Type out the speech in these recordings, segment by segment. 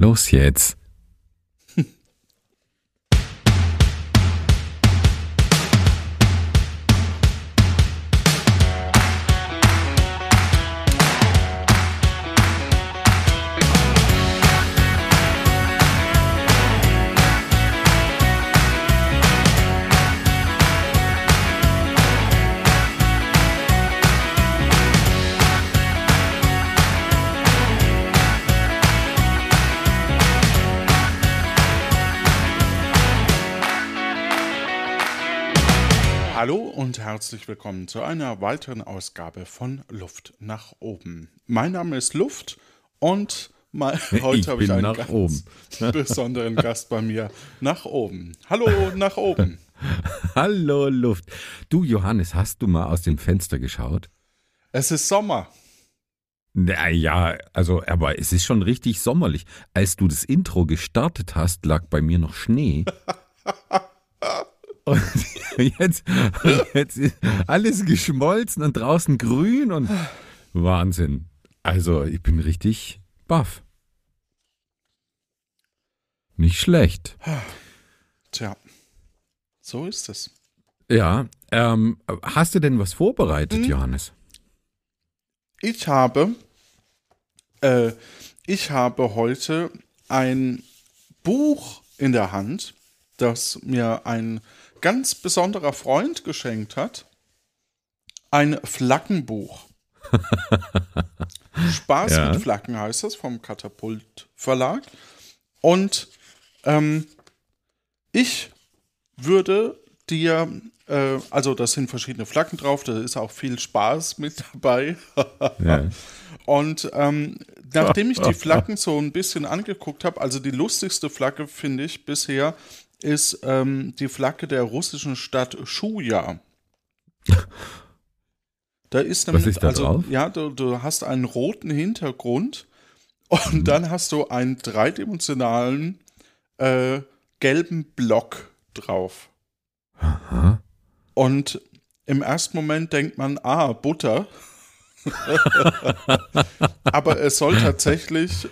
Los jetzt. Hallo und herzlich willkommen zu einer weiteren Ausgabe von Luft nach oben. Mein Name ist Luft und heute habe ich einen ganz besonderen Gast bei mir nach oben. Hallo nach oben. Hallo Luft. Du Johannes, hast du mal aus dem Fenster geschaut? Es ist Sommer. Naja, aber es ist schon richtig sommerlich. Als du das Intro gestartet hast, lag bei mir noch Schnee. Und jetzt ist alles geschmolzen und draußen grün und Wahnsinn. Also ich bin richtig baff. Nicht schlecht. Tja, so ist es. Ja, hast du denn was vorbereitet, Johannes? Ich habe heute ein Buch in der Hand, das mir ein ganz besonderer Freund geschenkt hat. Ein Flaggenbuch. Spaß mit Flaggen heißt das, vom Katapult Verlag. Und ich würde dir, da sind verschiedene Flaggen drauf, da ist auch viel Spaß mit dabei. Ja. Und nachdem ich die Flaggen so ein bisschen angeguckt habe, also die lustigste Flagge, finde ich, bisher ist die Flagge der russischen Stadt Schuja. Da ist nämlich, was ist da drauf? Ja, du hast einen roten Hintergrund und dann hast du einen dreidimensionalen gelben Block drauf. Aha. Und im ersten Moment denkt man, Butter. Aber es soll tatsächlich,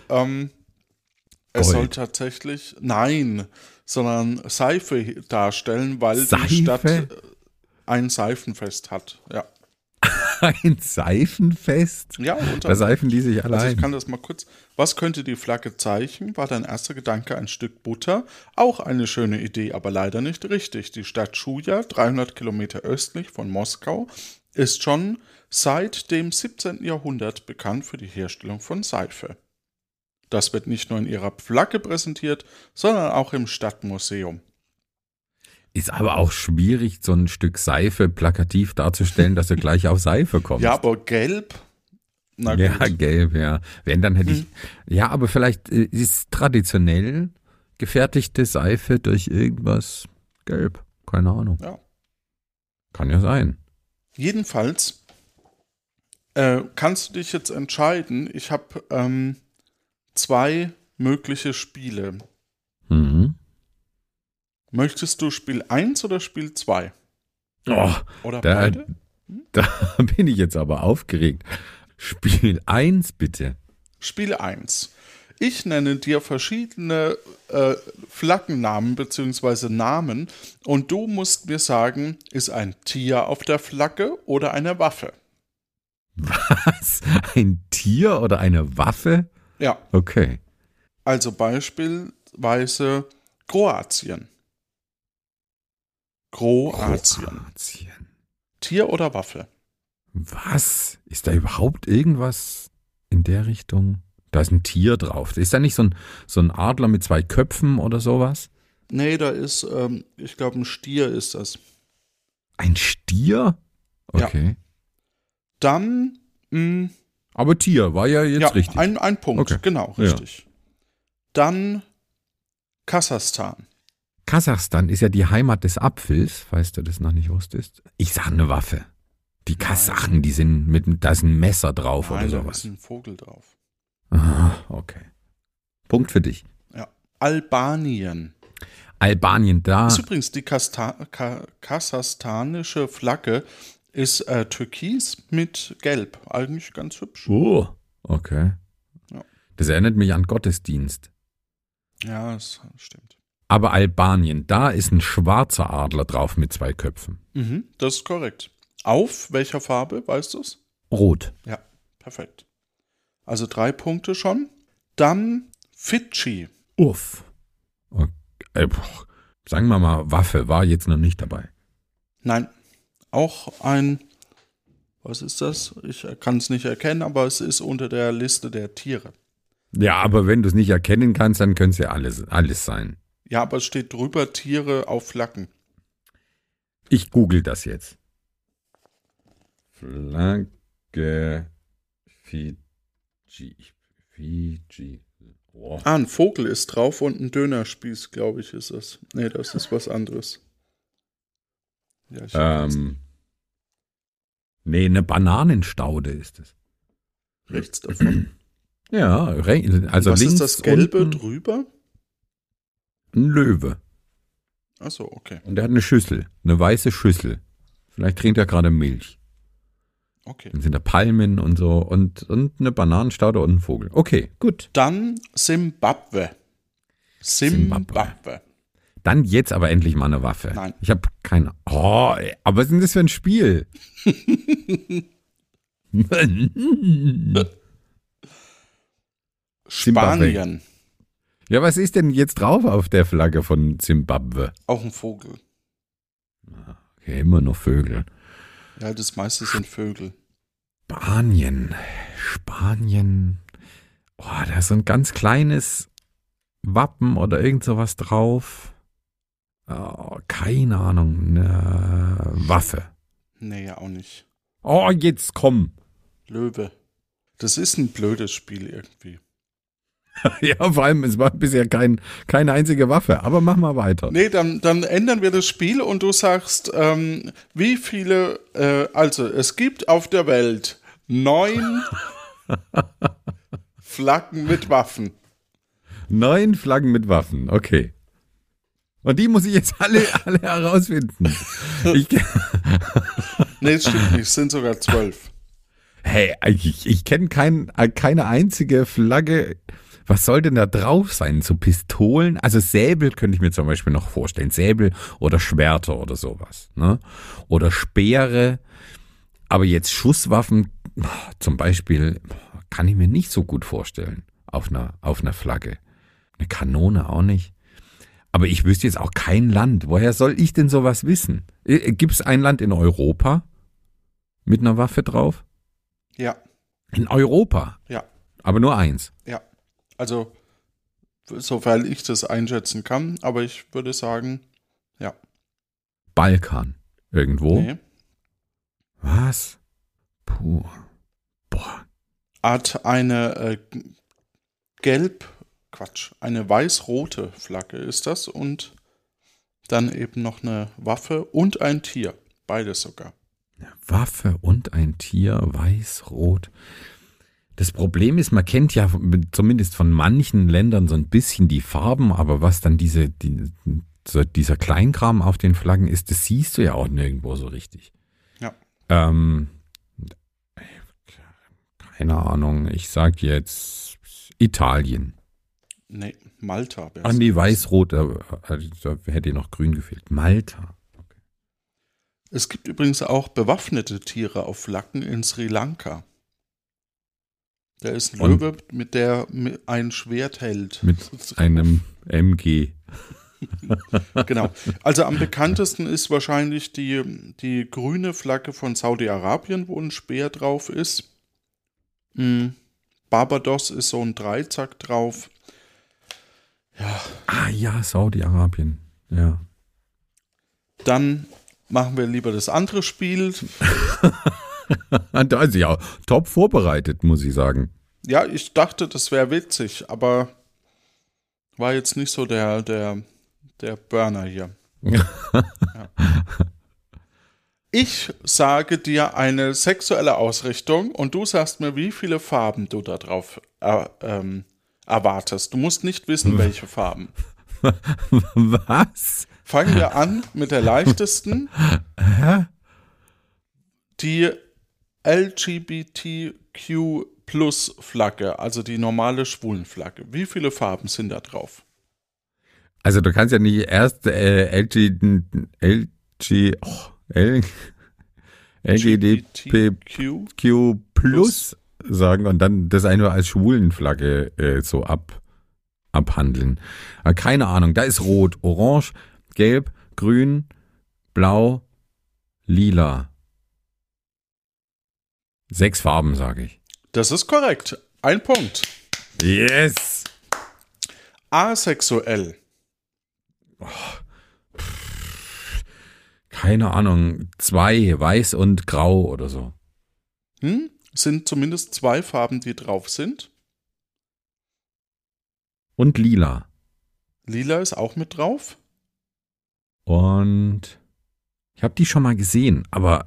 nein, sondern Seife darstellen, weil die Stadt ein Seifenfest hat. Ja. Ein Seifenfest? Ja, da seifen die sich allein. Also ich kann das mal kurz. Was könnte die Flagge zeichnen? War dein erster Gedanke ein Stück Butter? Auch eine schöne Idee, aber leider nicht richtig. Die Stadt Schuja, 300 Kilometer östlich von Moskau, ist schon seit dem 17. Jahrhundert bekannt für die Herstellung von Seife. Das wird nicht nur in ihrer Flagge präsentiert, sondern auch im Stadtmuseum. Ist aber auch schwierig, so ein Stück Seife plakativ darzustellen, dass du gleich auf Seife kommst. Ja, aber gelb? Na gut. Ja, gelb, ja. Wenn, dann hätte ich. Ja, aber vielleicht ist traditionell gefertigte Seife durch irgendwas gelb. Keine Ahnung. Ja. Kann ja sein. Jedenfalls kannst du dich jetzt entscheiden. Ich habe 2 mögliche Spiele. Mhm. Möchtest du Spiel 1 oder Spiel 2? Oh, oder beide? Da bin ich jetzt aber aufgeregt. Spiel 1 bitte. Spiel 1. Ich nenne dir verschiedene Flaggennamen bzw. Namen und du musst mir sagen, ist ein Tier auf der Flagge oder eine Waffe? Was? Ein Tier oder eine Waffe? Ja. Okay. Also beispielsweise Kroatien. Kroatien. Tier oder Waffe? Was? Ist da überhaupt irgendwas in der Richtung? Da ist ein Tier drauf. Ist da nicht so ein Adler mit 2 Köpfen oder sowas? Nee, da ist, ich glaube, ein Stier ist das. Ein Stier? Okay. Ja. Dann, aber Tier war ja jetzt richtig. Ein Punkt, okay. Genau, richtig. Ja. Dann Kasachstan. Kasachstan ist ja die Heimat des Apfels, falls du das noch nicht wusstest. Ich sage eine Waffe. Die Kasachen, die sind da ist ein Messer drauf. Nein, oder sowas. Da ist ein Vogel drauf. Ah, okay. Punkt für dich. Ja. Albanien. Da. Ist übrigens die kasachstanische Flagge ist türkis mit gelb. Eigentlich ganz hübsch. Oh, okay. Ja. Das erinnert mich an Gottesdienst. Ja, das stimmt. Aber Albanien, da ist ein schwarzer Adler drauf mit 2 Köpfen. Mhm, das ist korrekt. Auf welcher Farbe, weißt du es? Rot. Ja, perfekt. Also 3 Punkte schon. Dann Fidschi. Uff. Okay. Sagen wir mal, Waffe war jetzt noch nicht dabei. Nein, auch ein, was ist das? Ich kann es nicht erkennen, aber es ist unter der Liste der Tiere. Ja, aber wenn du es nicht erkennen kannst, dann könnte es ja alles sein. Ja, aber es steht drüber Tiere auf Flaggen. Ich google das jetzt. Flagge Fiji. Fiji. Oh. Ah, ein Vogel ist drauf und ein Dönerspieß, glaube ich, ist das. Nee, das ist was anderes. Ja, Nee, eine Bananenstaude ist es. rechts davon. Ja, also Was links ist das Gelbe unten drüber? ein Löwe. Achso, okay. Und der hat eine Schüssel, eine weiße Schüssel. Vielleicht trinkt er gerade Milch. Okay. Dann sind da Palmen und so und eine Bananenstaude und ein Vogel. Okay, gut. Dann Simbabwe. Simbabwe. Dann jetzt aber endlich mal eine Waffe. Nein. Ich habe keine. Oh, ey, aber was ist denn das für ein Spiel? Spanien. Ja, was ist denn jetzt drauf auf der Flagge von Zimbabwe? Auch ein Vogel. Okay, immer noch Vögel. Ja, das meiste sind Vögel. Spanien. Oh, da ist so ein ganz kleines Wappen oder irgend sowas drauf. Oh, keine Ahnung. Eine Waffe. Nee, ja auch nicht. Oh, jetzt komm. Löwe. Das ist ein blödes Spiel irgendwie. Ja, vor allem, es war bisher keine einzige Waffe. Aber mach mal weiter. Nee, dann ändern wir das Spiel und du sagst, wie viele, also es gibt auf der Welt 9 Flaggen mit Waffen. 9 Flaggen mit Waffen, okay. Und die muss ich jetzt alle herausfinden. Nee, das stimmt nicht, es sind sogar 12. Hey, ich kenne keine einzige Flagge. Was soll denn da drauf sein? So Pistolen? Also Säbel könnte ich mir zum Beispiel noch vorstellen. Säbel oder Schwerter oder sowas. Ne? Oder Speere. Aber jetzt Schusswaffen zum Beispiel kann ich mir nicht so gut vorstellen auf einer Flagge. Eine Kanone auch nicht. Aber ich wüsste jetzt auch kein Land. Woher soll ich denn sowas wissen? Gibt es ein Land in Europa mit einer Waffe drauf? Ja. In Europa? Ja. Aber nur eins? Ja. Also, sofern ich das einschätzen kann, aber ich würde sagen, ja. Balkan. Irgendwo? Nee. Was? Puh. Boah. Hat eine eine weiß-rote Flagge ist das und dann eben noch eine Waffe und ein Tier. Beides sogar. Eine Waffe und ein Tier, weiß-rot. Das Problem ist, man kennt ja zumindest von manchen Ländern so ein bisschen die Farben, aber was dann dieser Kleinkram auf den Flaggen ist, das siehst du ja auch nirgendwo so richtig. Ja. Keine Ahnung, ich sag jetzt Italien. Nee, Malta. Ach nee, weiß-rot, da hätte noch grün gefehlt. Malta. Okay. Es gibt übrigens auch bewaffnete Tiere auf Flaggen in Sri Lanka. Da ist ein Löwe, mit der ein Schwert hält. Mit einem MG. Genau. Also am bekanntesten ist wahrscheinlich die grüne Flagge von Saudi-Arabien, wo ein Speer drauf ist. Barbados ist so ein Dreizack drauf. Ja. Ah ja, Saudi-Arabien. Ja. Dann machen wir lieber das andere Spiel. Da ist ja top vorbereitet, muss ich sagen. Ja, ich dachte, das wäre witzig, aber war jetzt nicht so der Burner hier. Ja. Ich sage dir eine sexuelle Ausrichtung und du sagst mir, wie viele Farben du da drauf erwartest. Du musst nicht wissen, welche Farben. Was? Fangen wir an mit der leichtesten. Die LGBTQ Plus Flagge, also die normale Schwulenflagge. Wie viele Farben sind da drauf? Also du kannst ja nicht erst LGBTQ plus sagen und dann das einfach als Schwulenflagge so abhandeln. Aber keine Ahnung, da ist rot, orange, gelb, grün, blau, lila. 6 Farben, sage ich. Das ist korrekt. 1 Punkt. Yes! Asexuell. Keine Ahnung, 2, weiß und grau oder so. Sind zumindest 2 Farben, die drauf sind. Und lila. Lila ist auch mit drauf. Und ich habe die schon mal gesehen, aber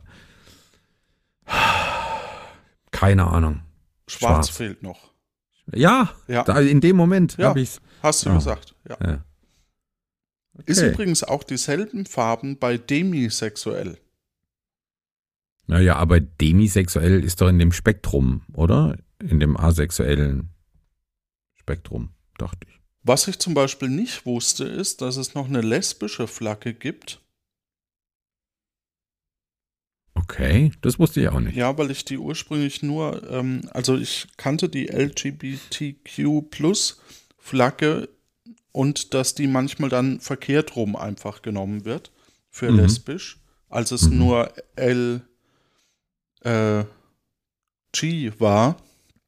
keine Ahnung. Schwarz fehlt noch. Ja. Da in dem Moment habe ich es. Hast du gesagt, ja. Okay. Ist übrigens auch dieselben Farben bei demisexuell. Naja, aber demisexuell ist doch in dem Spektrum, oder? In dem asexuellen Spektrum, dachte ich. Was ich zum Beispiel nicht wusste, ist, dass es noch eine lesbische Flagge gibt. Okay, das wusste ich auch nicht. Ja, weil ich die ursprünglich nur, also ich kannte die LGBTQ+-Flagge und dass die manchmal dann verkehrt rum einfach genommen wird für lesbisch, als es nur G war.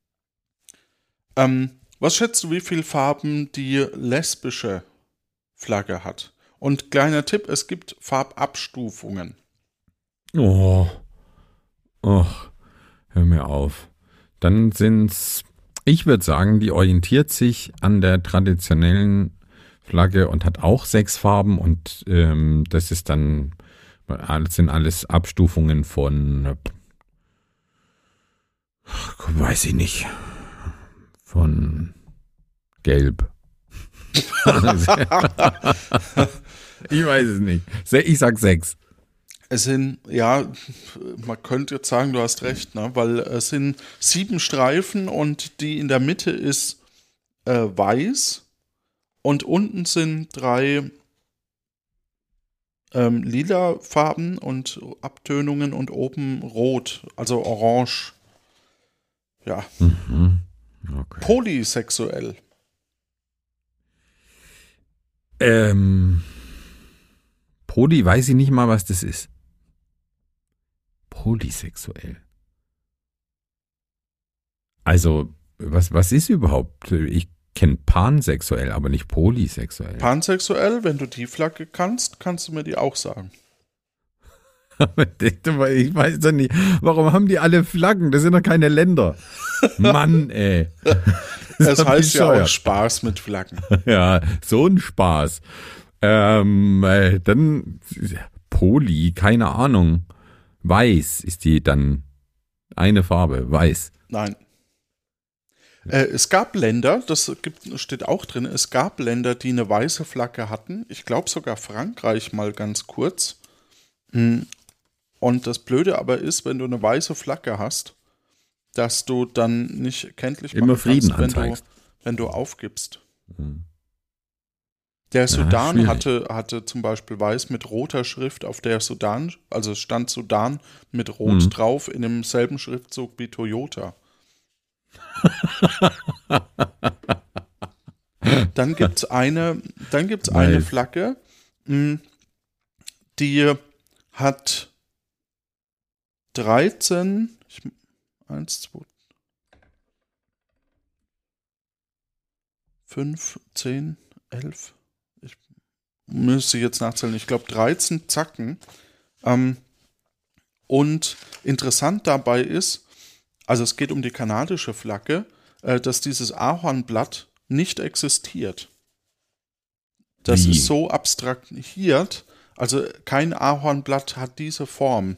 Was schätzt du, wie viele Farben die lesbische Flagge hat? Und kleiner Tipp, es gibt Farbabstufungen. Oh, hör mir auf. Dann sind's, ich würde sagen, die orientiert sich an der traditionellen Flagge und hat auch 6 Farben und das ist dann, sind alles Abstufungen von, weiß ich nicht, von Gelb. Ich weiß es nicht. Ich sag 6. Es sind, ja, man könnte jetzt sagen, du hast recht, ne? Weil es sind 7 Streifen und die in der Mitte ist weiß und unten sind 3 lila Farben und Abtönungen und oben rot, also orange. Ja. Okay. Polysexuell. Poly, weiß ich nicht mal, was das ist. Polysexuell. Also, was ist überhaupt? Ich kenne pansexuell, aber nicht polysexuell. Pansexuell, wenn du die Flagge kannst, kannst du mir die auch sagen. Ich weiß doch nicht, warum haben die alle Flaggen? Das sind doch keine Länder. Mann, ey. Das heißt ja auch Spaß mit Flaggen. Ja, so ein Spaß. Dann Poli, keine Ahnung. Weiß ist die dann eine Farbe, weiß. Nein. Es gab Länder, steht auch drin, es gab Länder, die eine weiße Flagge hatten. Ich glaube sogar Frankreich mal ganz kurz. Und das Blöde aber ist, wenn du eine weiße Flagge hast, dass du dann nicht kenntlich machen immer Frieden kannst, anzeigst. wenn du aufgibst. Der Sudan hatte zum Beispiel weiß mit roter Schrift auf der Sudan, also es stand Sudan mit rot drauf in demselben Schriftzug wie Toyota. Dann gibt's eine Flagge, die hat 13, 1, 2, 5, 10, 11, ich müsste jetzt nachzählen, ich glaube 13 Zacken. Und interessant dabei ist, also es geht um die kanadische Flagge, dass dieses Ahornblatt nicht existiert. Das ist so abstrahiert, also kein Ahornblatt hat diese Form.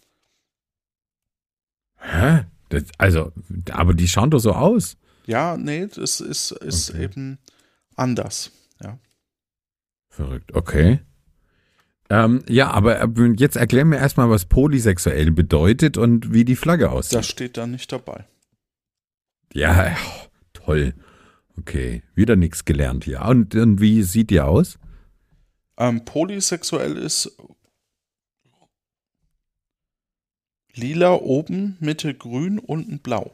Hä? Aber die schauen doch so aus. Ja, nee, das ist eben anders. Ja. Verrückt, okay. Ja, aber jetzt erklär mir erstmal, was polysexuell bedeutet und wie die Flagge aussieht. Das steht da nicht dabei. Ja, toll. Okay, wieder nichts gelernt hier. Und wie sieht die aus? Polysexuell ist lila oben, Mitte grün, unten blau.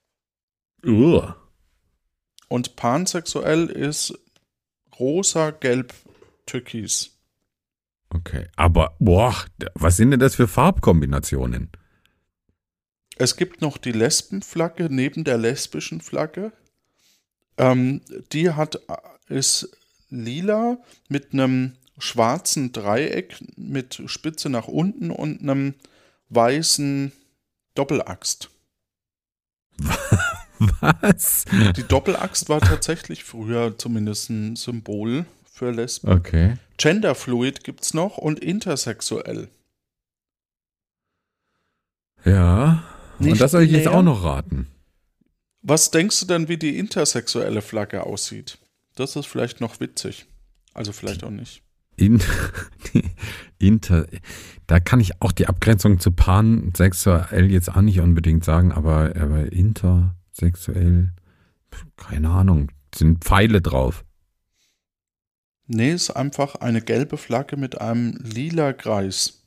Und pansexuell ist rosa, gelb, türkis. Okay, aber was sind denn das für Farbkombinationen? Es gibt noch die Lesbenflagge neben der lesbischen Flagge. Die ist lila mit einem schwarzen Dreieck mit Spitze nach unten und einem weißen Doppelaxt. Was? Die Doppelaxt war tatsächlich früher zumindest ein Symbol für Lesben. Okay. Genderfluid gibt's noch und intersexuell. Ja. Und Nicht das soll ich jetzt binär. auch noch raten. Was denkst du denn, wie die intersexuelle Flagge aussieht? Das ist vielleicht noch witzig. Also vielleicht auch nicht. Da kann ich auch die Abgrenzung zu pansexuell jetzt auch nicht unbedingt sagen, aber intersexuell, keine Ahnung, sind Pfeile drauf. Nee, ist einfach eine gelbe Flagge mit einem lila Kreis.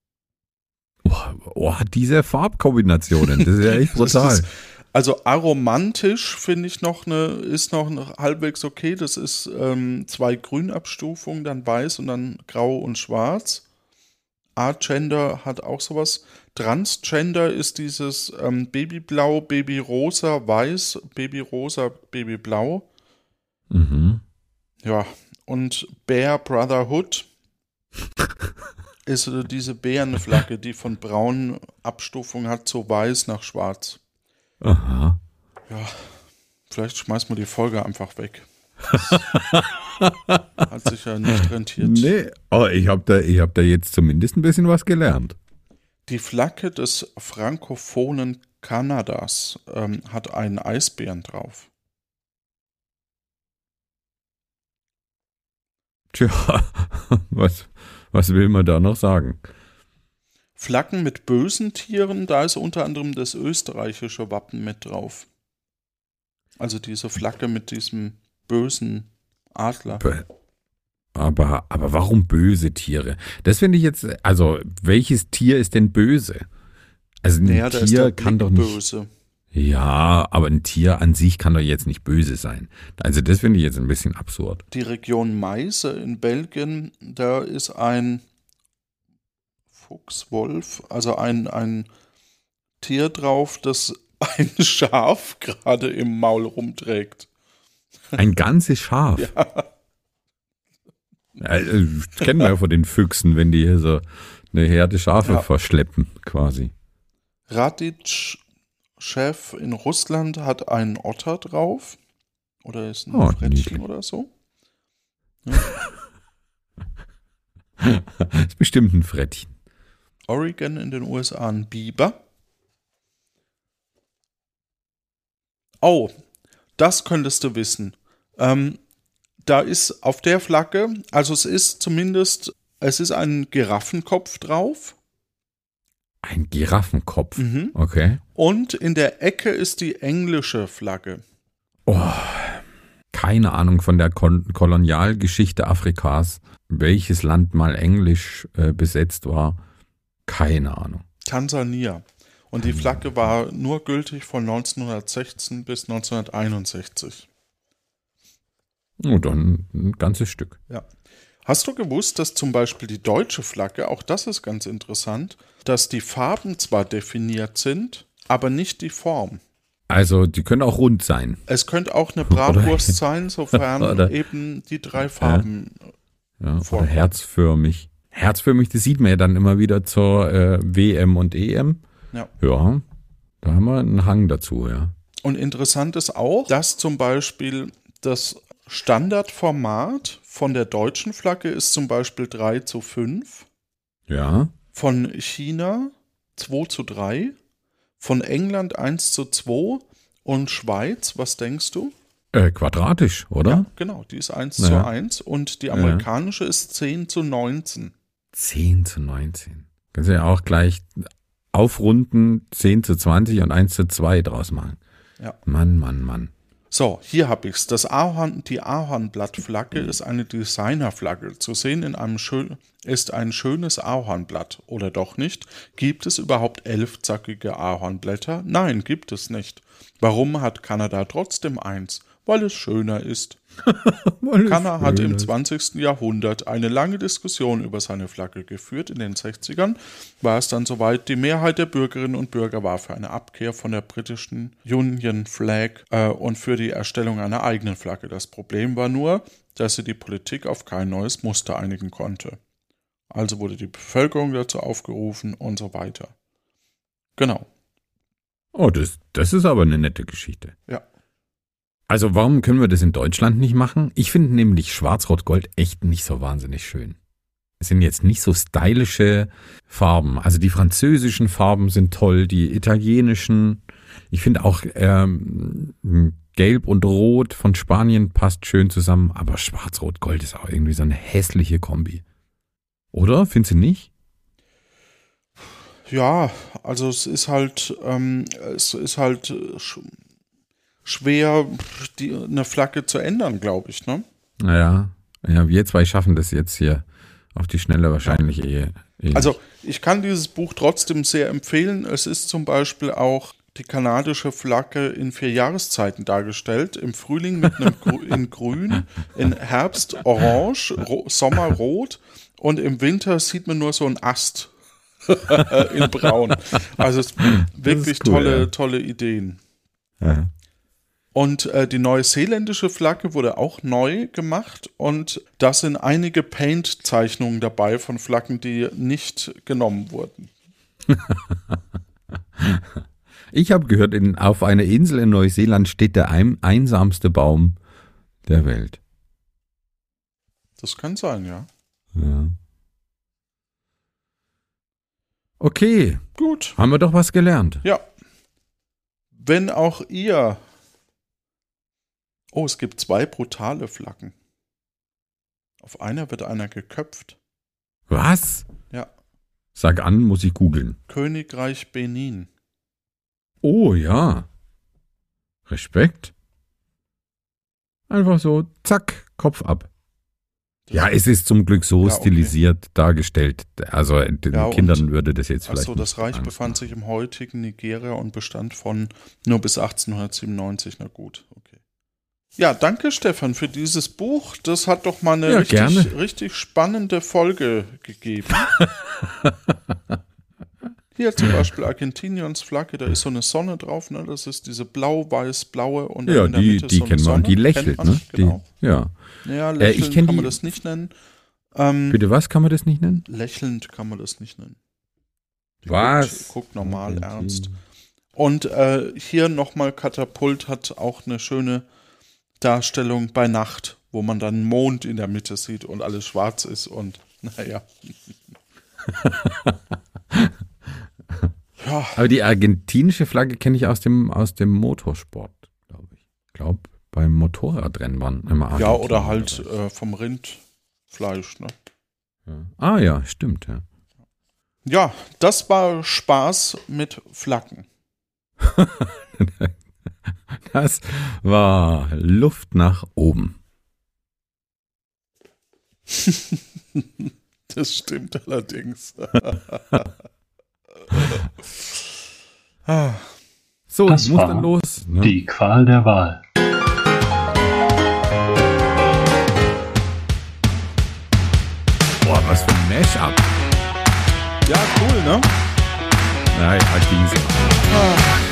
Diese Farbkombinationen, das ist ja echt brutal. Also aromantisch finde ich ist noch halbwegs okay. Das ist 2 Grünabstufungen, dann weiß und dann grau und schwarz. Agender hat auch sowas. Transgender ist dieses Babyblau, Babyrosa, Weiß, Babyrosa, Babyblau. Mhm. Ja, und Bear Brotherhood ist diese Bärenflagge, die von braunen Abstufungen hat zu weiß nach schwarz. Aha. Ja, vielleicht schmeißen wir die Folge einfach weg. Hat sich ja nicht rentiert. Nee, aber ich hab da jetzt zumindest ein bisschen was gelernt. Die Flagge des frankophonen Kanadas hat einen Eisbären drauf. Tja, was will man da noch sagen? Flaggen mit bösen Tieren, da ist unter anderem das österreichische Wappen mit drauf. Also diese Flagge mit diesem bösen Adler. Aber warum böse Tiere? Das finde ich jetzt, also welches Tier ist denn böse? Also ein Naja, da ist Tier der kann Blick doch nicht. böse. Ja, aber ein Tier an sich kann doch jetzt nicht böse sein. Also das finde ich jetzt ein bisschen absurd. Die Region Meise in Belgien, da ist ein Fuchswolf, also ein Tier drauf, das ein Schaf gerade im Maul rumträgt. Ein ganzes Schaf. Ja. Das kennen wir ja von den Füchsen, wenn die hier so eine Herde Schafe verschleppen, quasi. Raditsch-Chef in Russland hat einen Otter drauf. Oder ist ein Frettchen niedlich. oder so. Das ist bestimmt ein Frettchen. Oregon in den USA ein Biber. Oh, das könntest du wissen. Da ist auf der Flagge, also es ist ein Giraffenkopf drauf. Ein Giraffenkopf. Okay. Und in der Ecke ist die englische Flagge. Keine Ahnung von der Kolonialgeschichte Afrikas, welches Land mal englisch besetzt war. Keine Ahnung. Tansania. Und die Flagge war nur gültig von 1916 bis 1961. Oh, dann ein ganzes Stück. Ja. Hast du gewusst, dass zum Beispiel die deutsche Flagge, auch das ist ganz interessant, dass die Farben zwar definiert sind, aber nicht die Form? Also, die können auch rund sein. Es könnte auch eine Bratwurst sein, sofern eben die 3 Farben Ja, oder vorkommen. herzförmig. Herzförmig, das sieht man ja dann immer wieder zur WM und EM. Ja. Ja, da haben wir einen Hang dazu, ja. Und interessant ist auch, dass zum Beispiel das Standardformat von der deutschen Flagge ist zum Beispiel 3:5, Ja. von China 2:3, von England 1:2 und Schweiz, was denkst du? Quadratisch, oder? Ja, genau, die ist 1:1 und die amerikanische ist 10:19. 10:19. Kannst du ja auch gleich aufrunden, 10:20 und 1:2 draus machen. Ja. Mann. So, hier habe ich's. Die Ahornblattflagge ist eine Designerflagge. Zu sehen ist ein schönes Ahornblatt. Oder doch nicht? Gibt es überhaupt 11-zackige Ahornblätter? Nein, gibt es nicht. Warum hat Kanada trotzdem eins? Weil es schöner ist. Kanada hat im 20. Jahrhundert eine lange Diskussion über seine Flagge geführt. In den 60ern war es dann soweit, die Mehrheit der Bürgerinnen und Bürger war für eine Abkehr von der britischen Union Flag und für die Erstellung einer eigenen Flagge. Das Problem war nur, dass sie die Politik auf kein neues Muster einigen konnte. Also wurde die Bevölkerung dazu aufgerufen und so weiter. Genau. Oh, das ist aber eine nette Geschichte. Ja. Also warum können wir das in Deutschland nicht machen? Ich finde nämlich Schwarz-Rot-Gold echt nicht so wahnsinnig schön. Es sind jetzt nicht so stylische Farben. Also die französischen Farben sind toll, die italienischen. Ich finde auch Gelb und Rot von Spanien passt schön zusammen. Aber Schwarz-Rot-Gold ist auch irgendwie so eine hässliche Kombi. Oder? Findest du nicht? Ja, also es ist halt schwer, eine Flagge zu ändern, glaube ich, ne? Ja, wir zwei schaffen das jetzt hier auf die Schnelle wahrscheinlich eh Also nicht. ich kann dieses Buch trotzdem sehr empfehlen. Es ist zum Beispiel auch die kanadische Flagge in 4 Jahreszeiten dargestellt. Im Frühling mit einem in Grün, im Herbst Orange, Sommer Rot und im Winter sieht man nur so einen Ast in Braun. Also es wirklich cool, tolle Ideen. Ja. Und die neuseeländische Flagge wurde auch neu gemacht und da sind einige Paint-Zeichnungen dabei von Flaggen, die nicht genommen wurden. Ich habe gehört, auf einer Insel in Neuseeland steht der einsamste Baum der Welt. Das kann sein, ja. Ja. Okay, Gut. haben wir doch was gelernt. Ja. Wenn auch ihr... Oh, es gibt 2 brutale Flaggen. Auf einer wird einer geköpft. Was? Ja. Sag an, muss ich googeln. Königreich Benin. Oh ja. Respekt. Einfach so, zack, Kopf ab. Ja, es ist zum Glück so Ja, okay. stilisiert dargestellt. Also den Ja, Kindern würde das jetzt vielleicht Achso, das nicht Reich Angst befand machen. sich im heutigen Nigeria und bestand von nur bis 1897. Na gut, okay. Ja, danke Stefan für dieses Buch. Das hat doch mal eine gerne. richtig spannende Folge gegeben. Hier zum Beispiel Argentiniens Flagge, da ist so eine Sonne drauf, ne? Das ist diese blau-weiß-blaue und Ja, in der die Mitte so eine kennt man, Sonne. die lächelt, Kennt man, ne? Genau. Ja. Ja, ich lächelnd kenn kann man die- das nicht nennen. Bitte, was kann man das nicht nennen? Lächelnd kann man das nicht nennen. Die Was? Guckt normal ernst. Und hier nochmal Katapult hat auch eine schöne Darstellung bei Nacht, wo man dann Mond in der Mitte sieht und alles schwarz ist und naja. Ja, Aber die argentinische Flagge kenne ich aus dem Motorsport, glaube ich. Ich glaube, beim Motorradrennen waren immer ja, Argentinien oder halt dabei. vom Rindfleisch, ne? Ja. Ah ja, stimmt, ja. Ja, das war Spaß mit Flaggen. Das war Luft nach oben. Das stimmt allerdings. So, Das ich muss war dann los. Ne? Die Qual der Wahl. Boah, was für ein Mash-up. Ja, cool, ne? Ja, ging so.